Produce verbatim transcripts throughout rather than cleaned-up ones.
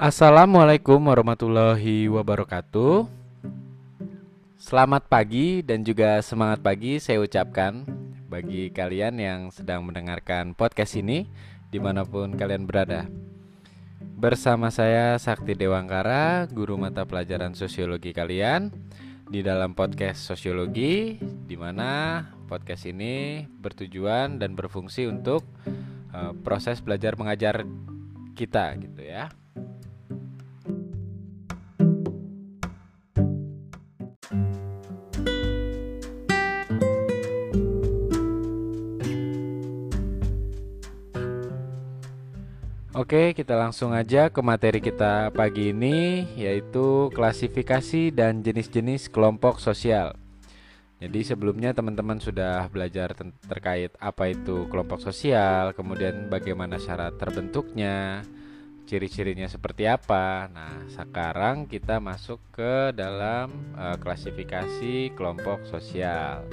Assalamualaikum warahmatullahi wabarakatuh. Selamat pagi dan juga semangat pagi saya ucapkan bagi kalian yang sedang mendengarkan podcast ini dimanapun kalian berada. Bersama saya Sakti Dewangkara, guru mata pelajaran sosiologi kalian di dalam podcast sosiologi, di mana podcast ini bertujuan dan berfungsi untuk uh, proses belajar mengajar kita gitu ya. Oke, kita langsung aja ke materi kita pagi ini, yaitu klasifikasi dan jenis-jenis kelompok sosial. Jadi sebelumnya teman-teman sudah belajar terkait apa itu kelompok sosial, kemudian bagaimana syarat terbentuknya, ciri-cirinya seperti apa. Nah, sekarang kita masuk ke dalam uh, klasifikasi kelompok sosial.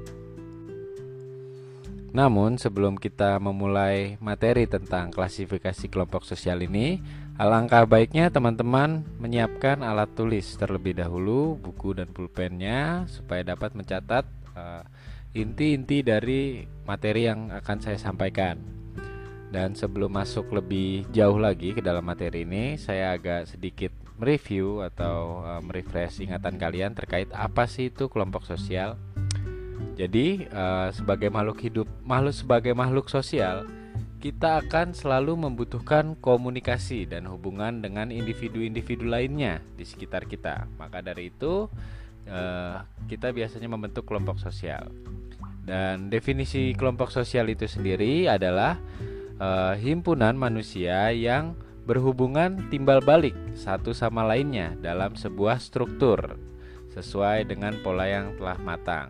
Namun sebelum kita memulai materi tentang klasifikasi kelompok sosial ini, alangkah baiknya teman-teman menyiapkan alat tulis terlebih dahulu, buku dan pulpennya, supaya dapat mencatat uh, inti-inti dari materi yang akan saya sampaikan. Dan sebelum masuk lebih jauh lagi ke dalam materi ini, saya agak sedikit mereview atau uh, merefresh ingatan kalian terkait apa sih itu kelompok sosial. Jadi uh, sebagai makhluk hidup, makhluk sebagai makhluk sosial, kita akan selalu membutuhkan komunikasi dan hubungan dengan individu-individu lainnya di sekitar kita. Maka dari itu uh, kita biasanya membentuk kelompok sosial. Dan definisi kelompok sosial itu sendiri adalah uh, himpunan manusia yang berhubungan timbal balik satu sama lainnya dalam sebuah struktur sesuai dengan pola yang telah matang.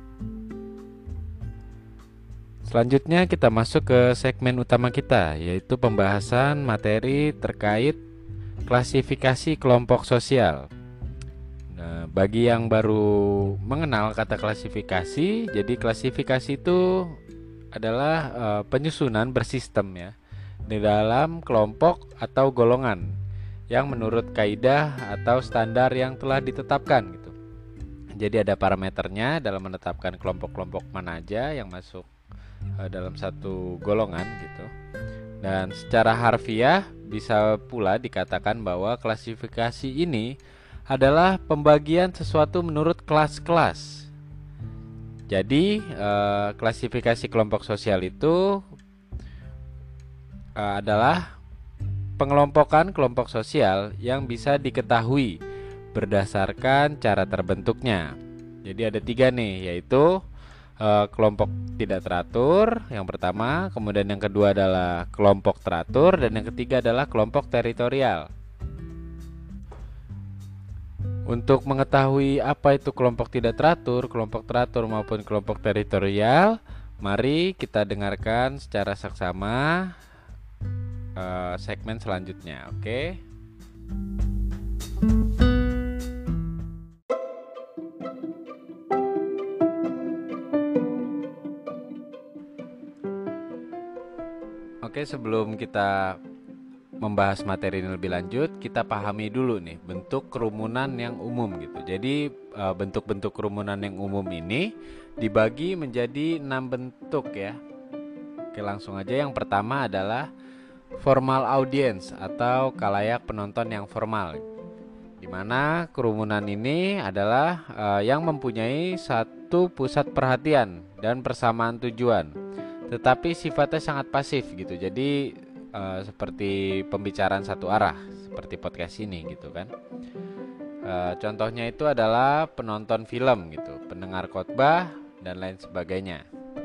Selanjutnya kita masuk ke segmen utama kita, yaitu pembahasan materi terkait klasifikasi kelompok sosial. Nah, bagi yang baru mengenal kata klasifikasi, jadi klasifikasi itu adalah uh, penyusunan bersistem ya di dalam kelompok atau golongan yang menurut kaidah atau standar yang telah ditetapkan gitu. Jadi ada parameternya dalam menetapkan kelompok-kelompok mana aja yang masuk dalam satu golongan gitu. Dan secara harfiah bisa pula dikatakan bahwa klasifikasi ini adalah pembagian sesuatu menurut kelas-kelas. Jadi eh, klasifikasi kelompok sosial itu eh, adalah pengelompokan kelompok sosial yang bisa diketahui berdasarkan cara terbentuknya. Jadi ada tiga nih, yaitu Uh, kelompok tidak teratur yang pertama, kemudian yang kedua adalah kelompok teratur, dan yang ketiga adalah kelompok teritorial. Untuk mengetahui apa itu kelompok tidak teratur, kelompok teratur maupun kelompok teritorial, mari kita dengarkan secara saksama uh, segmen selanjutnya. Oke okay? Oke, sebelum kita membahas materi ini lebih lanjut, kita pahami dulu nih bentuk kerumunan yang umum gitu. Jadi bentuk-bentuk kerumunan yang umum ini dibagi menjadi enam bentuk ya. Oke, langsung aja. Yang pertama adalah formal audience atau khalayak penonton yang formal, dimana kerumunan ini adalah uh, yang mempunyai satu pusat perhatian dan persamaan tujuan, tetapi sifatnya sangat pasif gitu. Jadi uh, seperti pembicaraan satu arah seperti podcast ini gitu kan. Uh, contohnya itu adalah penonton film gitu, pendengar khotbah dan lain sebagainya.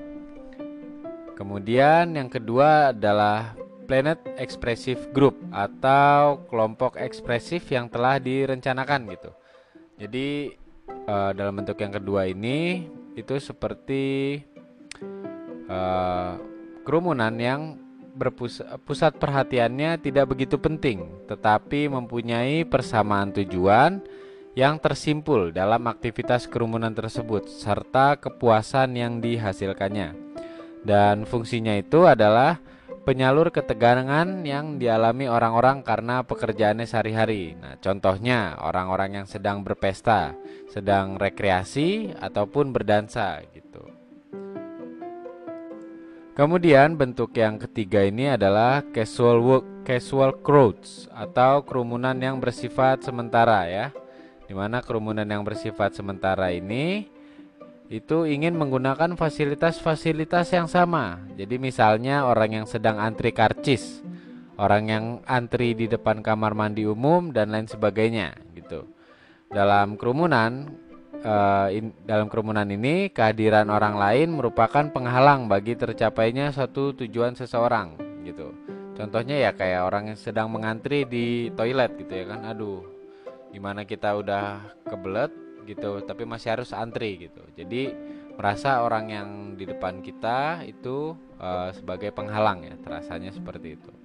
Kemudian yang kedua adalah Planet Expressive Group atau kelompok ekspresif yang telah direncanakan gitu. Jadi uh, dalam bentuk yang kedua ini itu seperti Uh, kerumunan yang berpusat perhatiannya tidak begitu penting, tetapi mempunyai persamaan tujuan yang tersimpul dalam aktivitas kerumunan tersebut serta kepuasan yang dihasilkannya. Dan fungsinya itu adalah penyalur ketegangan yang dialami orang-orang karena pekerjaannya sehari-hari. Nah, contohnya orang-orang yang sedang berpesta, sedang rekreasi ataupun berdansa gitu. Kemudian bentuk yang ketiga ini adalah casual work, casual crowds atau kerumunan yang bersifat sementara ya. Dimana kerumunan yang bersifat sementara ini itu ingin menggunakan fasilitas-fasilitas yang sama. Jadi misalnya orang yang sedang antri karcis, orang yang antri di depan kamar mandi umum dan lain sebagainya gitu. Dalam kerumunan Uh, in, dalam kerumunan ini kehadiran orang lain merupakan penghalang bagi tercapainya satu tujuan seseorang gitu. Contohnya ya kayak orang yang sedang mengantri di toilet gitu ya kan. Aduh, gimana kita udah kebelet gitu tapi masih harus antri gitu. Jadi merasa orang yang di depan kita itu uh, sebagai penghalang ya, terasanya seperti itu.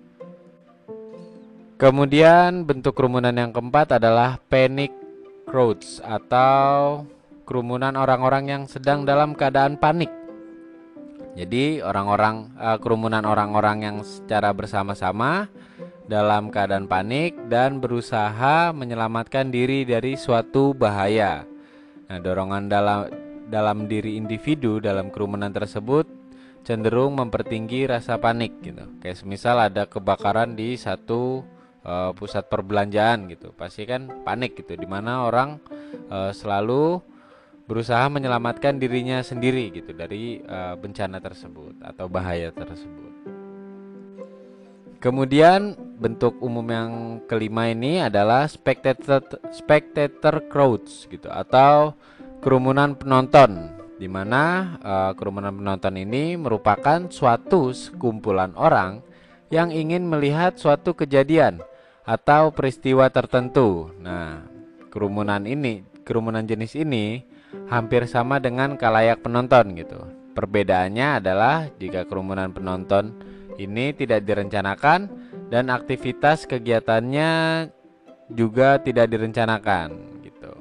Kemudian bentuk kerumunan yang keempat adalah panic crowds atau kerumunan orang-orang yang sedang dalam keadaan panik. Jadi orang-orang uh, kerumunan orang-orang yang secara bersama-sama dalam keadaan panik dan berusaha menyelamatkan diri dari suatu bahaya. Nah, dorongan dalam dalam diri individu dalam kerumunan tersebut cenderung mempertinggi rasa panik gitu. Kayak semisal ada kebakaran di satu Uh, pusat perbelanjaan gitu, pasti kan panik gitu, dimana orang uh, selalu berusaha menyelamatkan dirinya sendiri gitu dari uh, bencana tersebut atau bahaya tersebut. Kemudian bentuk umum yang kelima ini adalah spectator spectator crowds gitu atau kerumunan penonton, dimana uh, kerumunan penonton ini merupakan suatu sekumpulan orang yang ingin melihat suatu kejadian atau peristiwa tertentu. Nah, kerumunan ini, kerumunan jenis ini hampir sama dengan kalayak penonton gitu. Perbedaannya adalah jika kerumunan penonton ini tidak direncanakan dan aktivitas kegiatannya juga tidak direncanakan gitu.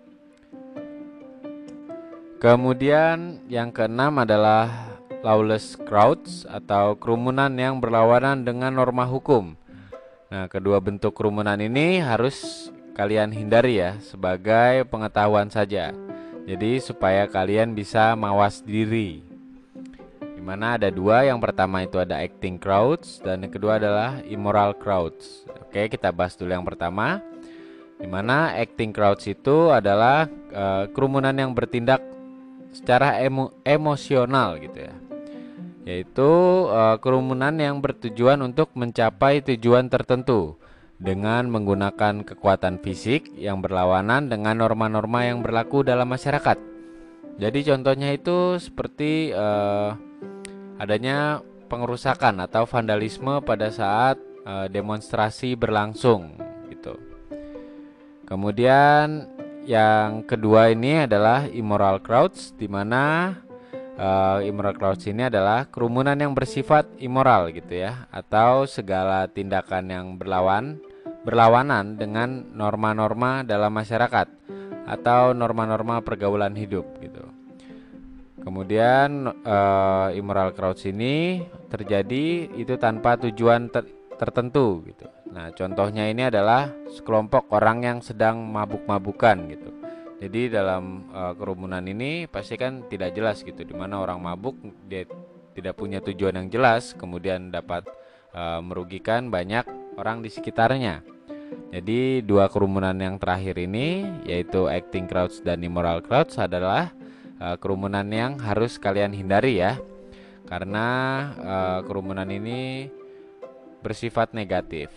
Kemudian yang keenam adalah lawless crowds atau kerumunan yang berlawanan dengan norma hukum. Nah, kedua bentuk kerumunan ini harus kalian hindari ya, sebagai pengetahuan saja. Jadi supaya kalian bisa mawas diri. Dimana ada dua, yang pertama itu ada acting crowds dan yang kedua adalah immoral crowds. Oke, kita bahas dulu yang pertama. Dimana acting crowds itu adalah uh, kerumunan yang bertindak secara emo emosional gitu ya. Yaitu uh, kerumunan yang bertujuan untuk mencapai tujuan tertentu dengan menggunakan kekuatan fisik yang berlawanan dengan norma-norma yang berlaku dalam masyarakat. Jadi contohnya itu seperti uh, adanya pengerusakan atau vandalisme pada saat uh, demonstrasi berlangsung gitu. Kemudian yang kedua ini adalah immoral crowds, di mana Uh, immoral crowds ini adalah kerumunan yang bersifat immoral gitu ya, atau segala tindakan yang berlawan berlawanan dengan norma-norma dalam masyarakat atau norma-norma pergaulan hidup gitu. Kemudian uh, immoral crowds ini terjadi itu tanpa tujuan ter tertentu gitu. Nah, contohnya ini adalah sekelompok orang yang sedang mabuk-mabukan gitu. Jadi dalam uh, kerumunan ini pasti kan tidak jelas gitu, dimana orang mabuk dia tidak punya tujuan yang jelas, kemudian dapat uh, merugikan banyak orang di sekitarnya. Jadi dua kerumunan yang terakhir ini, yaitu acting crowds dan immoral crowds, adalah uh, kerumunan yang harus kalian hindari ya, karena uh, kerumunan ini bersifat negatif.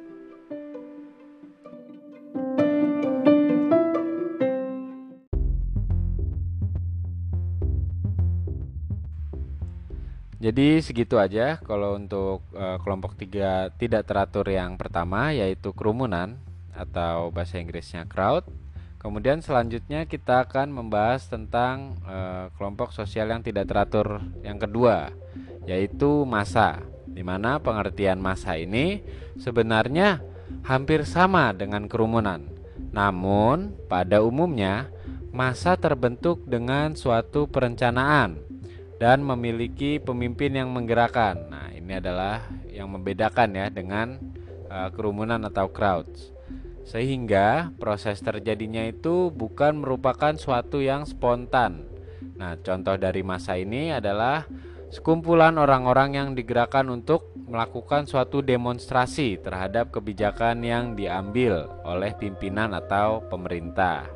Jadi segitu aja kalau untuk uh, kelompok tiga tidak teratur yang pertama, yaitu kerumunan atau bahasa Inggrisnya crowd. Kemudian selanjutnya kita akan membahas tentang uh, kelompok sosial yang tidak teratur yang kedua, yaitu massa. Dimana pengertian massa ini sebenarnya hampir sama dengan kerumunan. Namun pada umumnya massa terbentuk dengan suatu perencanaan dan memiliki pemimpin yang menggerakkan. Nah, ini Ini adalah yang membedakan ya dengan uh, kerumunan atau crowds. Sehingga proses terjadinya itu bukan merupakan suatu yang spontan. Nah, contoh dari massa ini adalah sekumpulan orang-orang yang digerakkan untuk melakukan suatu demonstrasi terhadap kebijakan yang diambil oleh pimpinan atau pemerintah.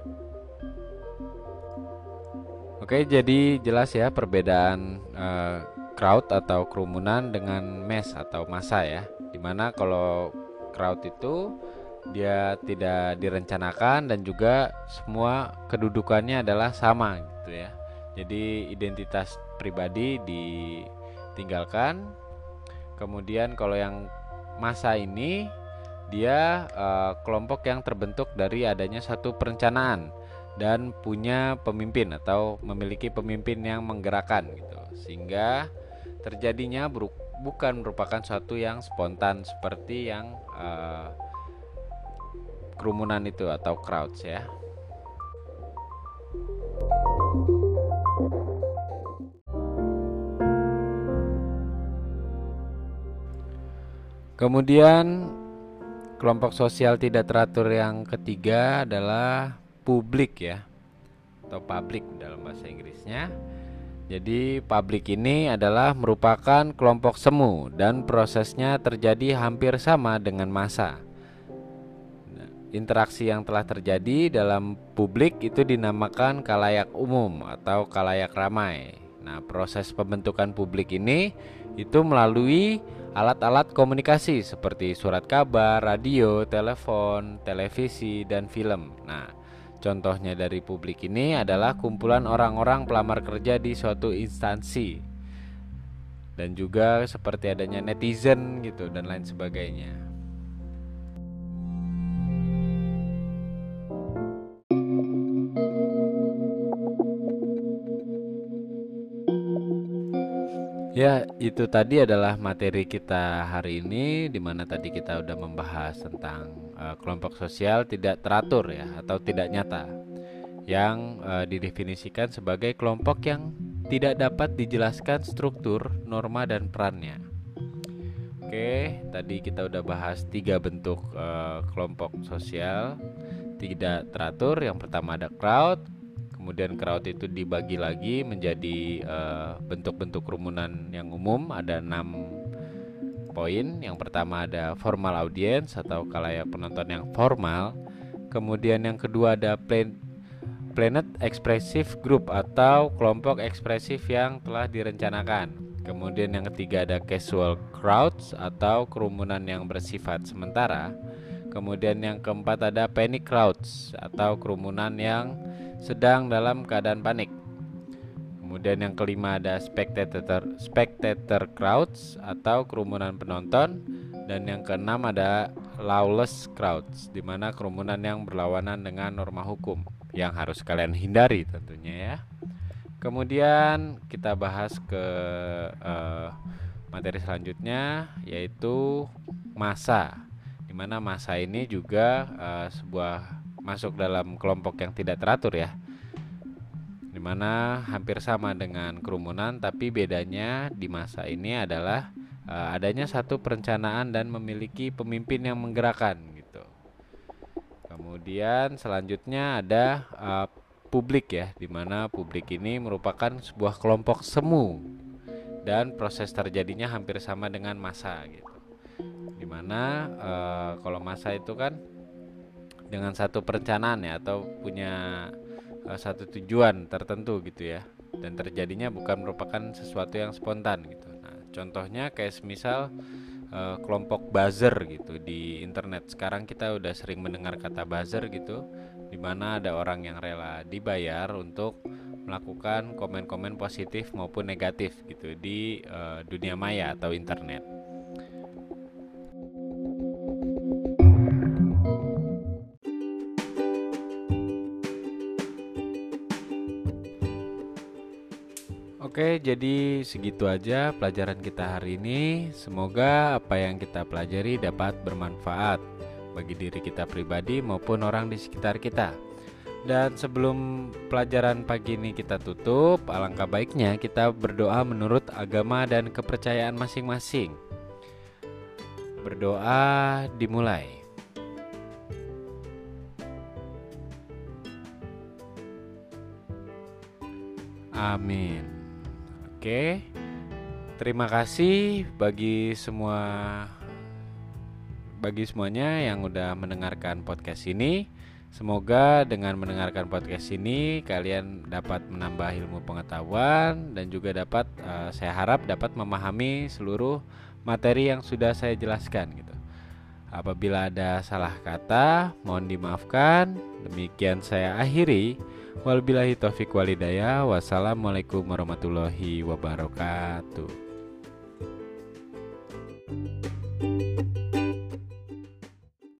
Oke, jadi jelas ya perbedaan eh, crowd atau kerumunan dengan mass atau massa ya. Dimana kalau crowd itu dia tidak direncanakan dan juga semua kedudukannya adalah sama gitu ya. Jadi identitas pribadi ditinggalkan. Kemudian kalau yang massa ini dia eh, kelompok yang terbentuk dari adanya satu perencanaan dan punya pemimpin atau memiliki pemimpin yang menggerakkan gitu. Sehingga terjadinya bukan merupakan suatu yang spontan seperti yang eh, kerumunan itu atau crowds ya. Kemudian kelompok sosial tidak teratur yang ketiga adalah publik ya, atau public dalam bahasa Inggrisnya. Jadi publik ini adalah merupakan kelompok semu dan prosesnya terjadi hampir sama dengan massa. Nah, interaksi yang telah terjadi dalam publik itu dinamakan khalayak umum atau khalayak ramai. Nah, proses pembentukan publik ini itu melalui alat-alat komunikasi seperti surat kabar, radio, telepon, televisi, dan film. Nah, contohnya dari publik ini adalah kumpulan orang-orang pelamar kerja di suatu instansi, dan juga seperti adanya netizen gitu dan lain sebagainya. Ya, itu tadi adalah materi kita hari ini, di mana tadi kita udah membahas tentang uh, kelompok sosial tidak teratur ya atau tidak nyata, yang uh, didefinisikan sebagai kelompok yang tidak dapat dijelaskan struktur, norma, dan perannya. Oke, tadi kita udah bahas tiga bentuk uh, kelompok sosial tidak teratur. Yang pertama ada crowd. Kemudian crowd itu dibagi lagi menjadi uh, bentuk-bentuk kerumunan yang umum, ada enam poin. Yang pertama ada formal audience atau khalayak penonton yang formal. Kemudian yang kedua ada plan planet expressive group atau kelompok ekspresif yang telah direncanakan. Kemudian yang ketiga ada casual crowds atau kerumunan yang bersifat sementara. Kemudian yang keempat ada panic crowds atau kerumunan yang sedang dalam keadaan panik. Kemudian yang kelima ada spectator spectator crowds atau kerumunan penonton. Dan yang keenam ada lawless crowds, di mana kerumunan yang berlawanan dengan norma hukum yang harus kalian hindari tentunya ya. Kemudian kita bahas ke uh, materi selanjutnya, yaitu massa, di mana massa ini juga uh, sebuah masuk dalam kelompok yang tidak teratur ya, dimana hampir sama dengan kerumunan, tapi bedanya di massa ini adalah uh, adanya satu perencanaan dan memiliki pemimpin yang menggerakkan gitu. Kemudian selanjutnya ada uh, publik ya, dimana publik ini merupakan sebuah kelompok semu dan proses terjadinya hampir sama dengan massa gitu. Dimana uh, kalau massa itu kan dengan satu perencanaan ya, atau punya uh, satu tujuan tertentu gitu ya, dan terjadinya bukan merupakan sesuatu yang spontan gitu. Nah, contohnya kayak semisal uh, kelompok buzzer gitu di internet. Sekarang kita udah sering mendengar kata buzzer gitu, di mana ada orang yang rela dibayar untuk melakukan komen-komen positif maupun negatif gitu di uh, dunia maya atau internet. Oke, jadi segitu aja pelajaran kita hari ini. Semoga apa yang kita pelajari dapat bermanfaat bagi diri kita pribadi maupun orang di sekitar kita. Dan sebelum pelajaran pagi ini kita tutup, alangkah baiknya kita berdoa menurut agama dan kepercayaan masing-masing. Berdoa dimulai. Amin. Oke. Terima kasih bagi semua bagi semuanya yang udah mendengarkan podcast ini. Semoga dengan mendengarkan podcast ini kalian dapat menambah ilmu pengetahuan dan juga dapat uh, saya harap dapat memahami seluruh materi yang sudah saya jelaskan gitu. Apabila ada salah kata, mohon dimaafkan. Demikian saya akhiri. Wabillahi taufik walhidayah. Wassalamualaikum warahmatullahi wabarakatuh.